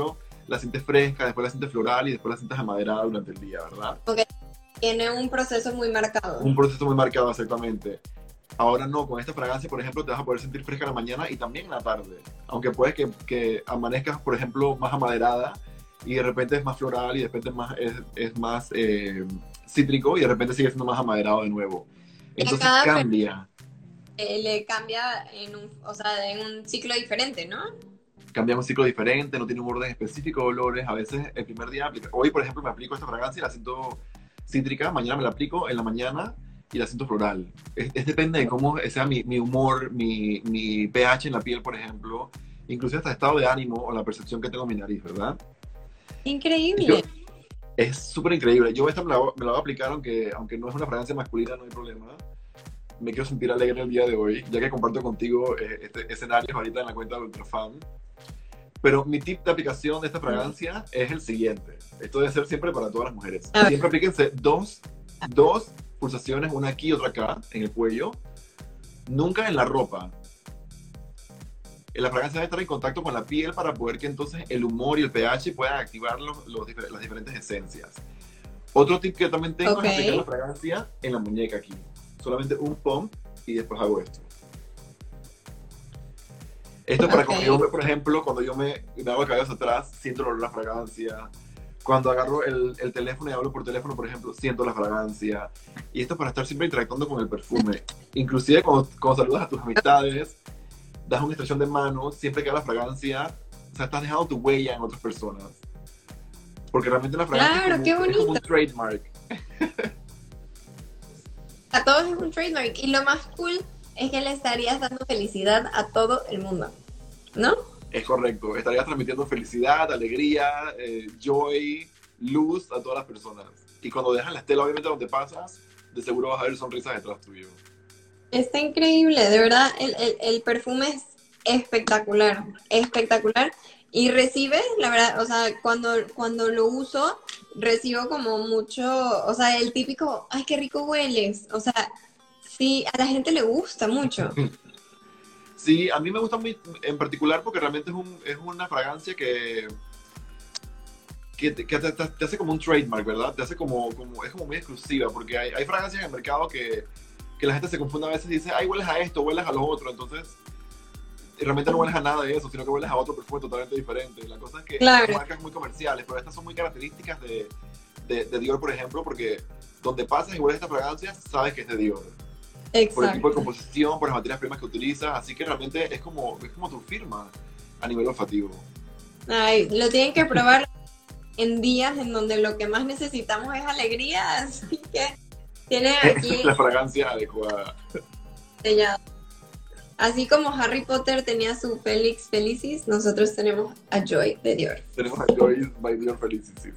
la sientes fresca, después la sientes floral y después la sientes amaderada durante el día, ¿verdad? Ok, tiene un proceso muy marcado. Un proceso muy marcado, exactamente. Ahora no, con esta fragancia, por ejemplo, te vas a poder sentir fresca en la mañana y también en la tarde. Aunque puedes que, que amanezcas, por ejemplo, más amaderada y de repente es más floral y de repente es más, es, es más eh, cítrico y de repente sigue siendo más amaderado de nuevo. Entonces cambia. Eh, le cambia en un, o sea, en un ciclo diferente, ¿no? Cambia en un ciclo diferente, no tiene un orden específico de olores. A veces el primer día, hoy por ejemplo me aplico esta fragancia y la siento cítrica, mañana me la aplico en la mañana y la siento floral. Es, es depende de cómo sea mi, mi humor, mi, mi pH en la piel, por ejemplo, inclusive hasta estado de ánimo o la percepción que tengo en mi nariz, ¿verdad? Increíble. Yo, es súper increíble. Yo esta me la, me la voy a aplicar, aunque, aunque no es una fragancia masculina, no hay problema. Me quiero sentir alegre el día de hoy, ya que comparto contigo eh, este escenario ahorita en la cuenta de Ultrafan. Pero mi tip de aplicación de esta fragancia es el siguiente. Esto debe ser siempre para todas las mujeres. Siempre aplíquense dos, dos pulsaciones, una aquí y otra acá, en el cuello. Nunca en la ropa. La fragancia debe estar en contacto con la piel para poder que entonces el humor y el pH puedan activar los, los, las diferentes esencias. Otro tip que yo también tengo okay. es aplicar la fragancia en la muñeca aquí. Solamente un pump y después hago esto. Esto es para okay. cuando yo, por ejemplo, cuando yo me, me hago el cabello hacia atrás, siento el olor de la fragancia. Cuando agarro el, el teléfono y hablo por teléfono, por ejemplo, siento la fragancia. Y esto es para estar siempre interactuando con el perfume. Inclusive cuando, cuando saludas a tus amistades, das una extensión de mano, siempre que la fragancia, o sea, estás dejando tu huella en otras personas. Porque realmente la fragancia claro, es, como, qué bonito. es como un trademark. A todos es un trademark. Y lo más cool es que le estarías dando felicidad a todo el mundo, ¿no? Es correcto. Estarías transmitiendo felicidad, alegría, eh, joy, luz a todas las personas. Y cuando dejas la estela, obviamente, donde pasas, de seguro vas a ver sonrisas detrás tuyo. Está increíble, de verdad. El, el, el perfume es espectacular, espectacular. Y recibes, la verdad, o sea, cuando, cuando lo uso, recibo como mucho, o sea, el típico, ay, qué rico hueles. O sea, sí, a la gente le gusta mucho. Sí, a mí me gusta muy en particular porque realmente es, un, es una fragancia que, que, te, que te, te hace como un trademark, ¿verdad? Te hace como, como es como muy exclusiva, porque hay, hay fragancias en el mercado que, que la gente se confunde a veces y dice, ay, hueles a esto, hueles a lo otro, entonces realmente no hueles a nada de eso, sino que hueles a otro perfume totalmente diferente. La cosa es que claro. son marcas muy comerciales, pero estas son muy características de, de, de Dior, por ejemplo, porque donde pasas y hueles esta fragancia, sabes que es de Dior. Exacto. Por el tipo de composición, por las materias primas que utilizas, así que realmente es como, es como tu firma a nivel olfativo. Ay, lo tienen que probar en días en donde lo que más necesitamos es alegría, así que tiene aquí la fragancia adecuada. Sellado. Así como Harry Potter tenía su Felix Felicis, nosotros tenemos a Joy de Dior. Tenemos a Joy by Dior Felicis.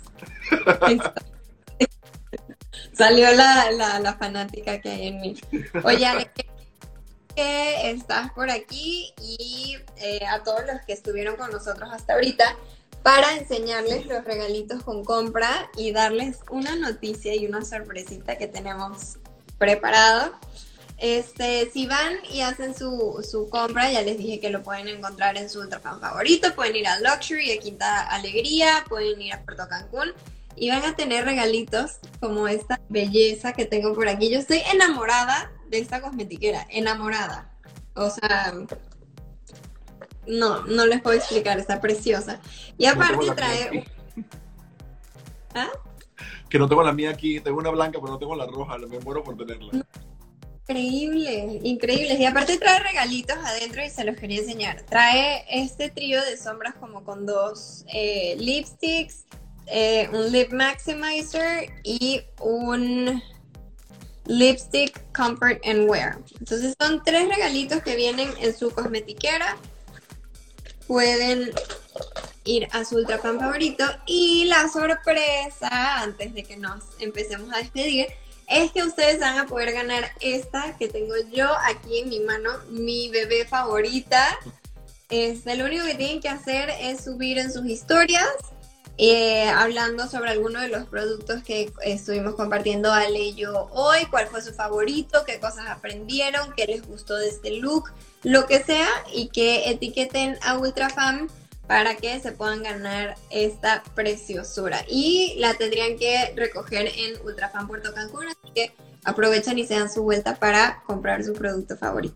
Salió la, la, la fanática que hay en mí. Oye, Ale, que estás por aquí y eh, a todos los que estuvieron con nosotros hasta ahorita para enseñarles los regalitos con compra y darles una noticia y una sorpresita que tenemos preparado. Este, si van y hacen su, su compra, ya les dije que lo pueden encontrar en su Ultrafan favorito, pueden ir a Luxury, a Quinta Alegría, pueden ir a Puerto Cancún y van a tener regalitos como esta belleza que tengo por aquí. Yo estoy enamorada de esta cosmetiquera, enamorada. O sea, no, no les puedo explicar, está preciosa. Y aparte no trae... ¿Ah? Que no tengo la mía aquí, tengo una blanca pero no tengo la roja, me muero por tenerla. No. Increíble, increíble. Y aparte trae regalitos adentro y se los quería enseñar. Trae este trío de sombras como con dos eh, lipsticks, eh, un lip maximizer y un lipstick comfort and wear. Entonces son tres regalitos que vienen en su cosmetiquera. Pueden ir a su Ultrafan favorito. Y la sorpresa, antes de que nos empecemos a despedir, es que ustedes van a poder ganar esta que tengo yo aquí en mi mano, mi bebé favorita. Este, lo único que tienen que hacer es subir en sus historias eh, hablando sobre alguno de los productos que estuvimos compartiendo Ale y yo hoy, cuál fue su favorito, qué cosas aprendieron, qué les gustó de este look, lo que sea, y que etiqueten a Ultrafan para que se puedan ganar esta preciosura. Y la tendrían que recoger en Ultrafan Puerto Cancún, así que aprovechen y se dan su vuelta para comprar su producto favorito.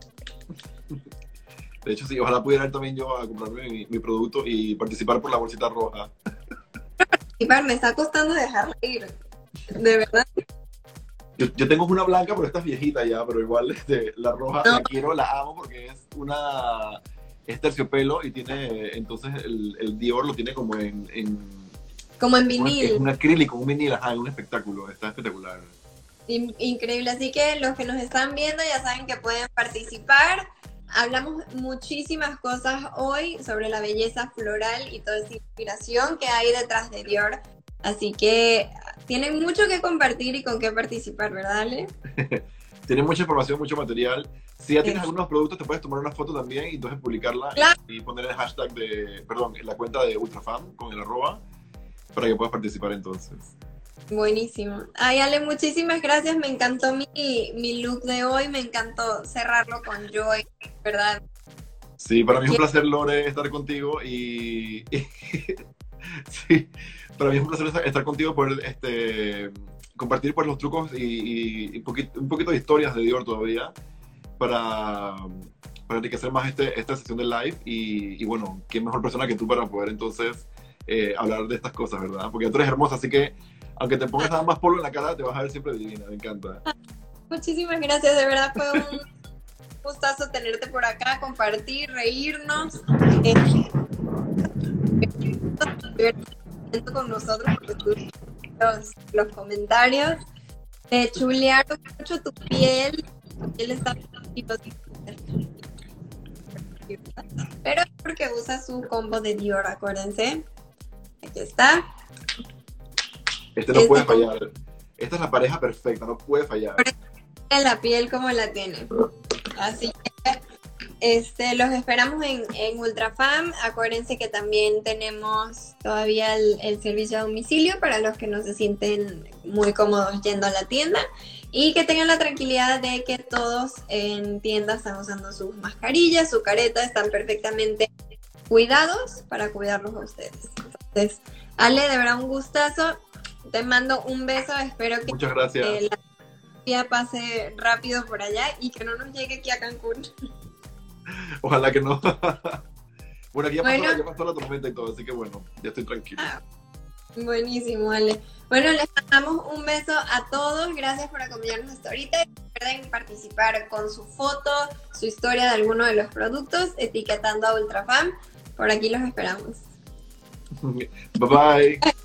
De hecho, sí, ojalá pudiera ir también yo a comprarme mi, mi producto y participar por la bolsita roja. Me está costando dejarla ir, de verdad. Yo, yo tengo una blanca, pero esta es viejita ya, pero igual este, la roja No. la quiero, la amo porque es una... es terciopelo y tiene, entonces el, el Dior lo tiene como en... en Como en un, vinil. es un acrílico, un vinil, ajá, un espectáculo, está espectacular. In- increíble, así que los que nos están viendo ya saben que pueden participar. Hablamos muchísimas cosas hoy sobre la belleza floral y toda esa inspiración que hay detrás de Dior. Así que tienen mucho que compartir y con qué participar, ¿verdad, Ale? Tiene mucha información, mucho material. Si ya tienes Sí. algunos productos, te puedes tomar una foto también y entonces publicarla Claro. y poner el hashtag de, perdón, la cuenta de Ultrafam con el arroba para que puedas participar entonces. Buenísimo. Ay, Ale, muchísimas gracias. Me encantó mi, mi look de hoy. Me encantó cerrarlo con Joy, ¿verdad? Sí, para mí es un placer, Lore, estar contigo y, y sí, para mí es un placer estar contigo, poder este, compartir pues, los trucos y, y un, poquito, un poquito de historias de Dior todavía para, para enriquecer más este, esta sesión de live y, y bueno, qué mejor persona que tú para poder entonces eh, hablar de estas cosas, ¿verdad? Porque tú eres hermosa, así que aunque te pongas nada más polvo en la cara, te vas a ver siempre divina, me encanta. Muchísimas gracias, de verdad fue un gustazo tenerte por acá, compartir, reírnos. Eh, con nosotros porque tú los, los comentarios me chulearon mucho tu piel, tu piel está pero es porque usa su combo de Dior, acuérdense. Aquí está. Este no Este puede combo- fallar. Esta es la pareja perfecta, no puede fallar. La piel como la tiene. Así que este, los esperamos en, en Ultrafam. Acuérdense que también tenemos todavía el, el servicio a domicilio para los que no se sienten muy cómodos yendo a la tienda. Y que tengan la tranquilidad de que todos en tienda están usando sus mascarillas, su careta, están perfectamente cuidados para cuidarlos a ustedes. Entonces, Ale, de verdad un gustazo. Te mando un beso. Espero que Muchas gracias. eh, la día pase rápido por allá y que no nos llegue aquí a Cancún. Ojalá que no. Bueno, aquí ya, Bueno. pasó, ya pasó la tormenta y todo, así que bueno, ya estoy tranquilo. Ah, buenísimo, Ale. Bueno, les mandamos un beso a todos. Gracias por acompañarnos hasta ahorita. Recuerden participar con su foto, su historia de alguno de los productos, etiquetando a Ultrafam. Por aquí los esperamos. Bye bye.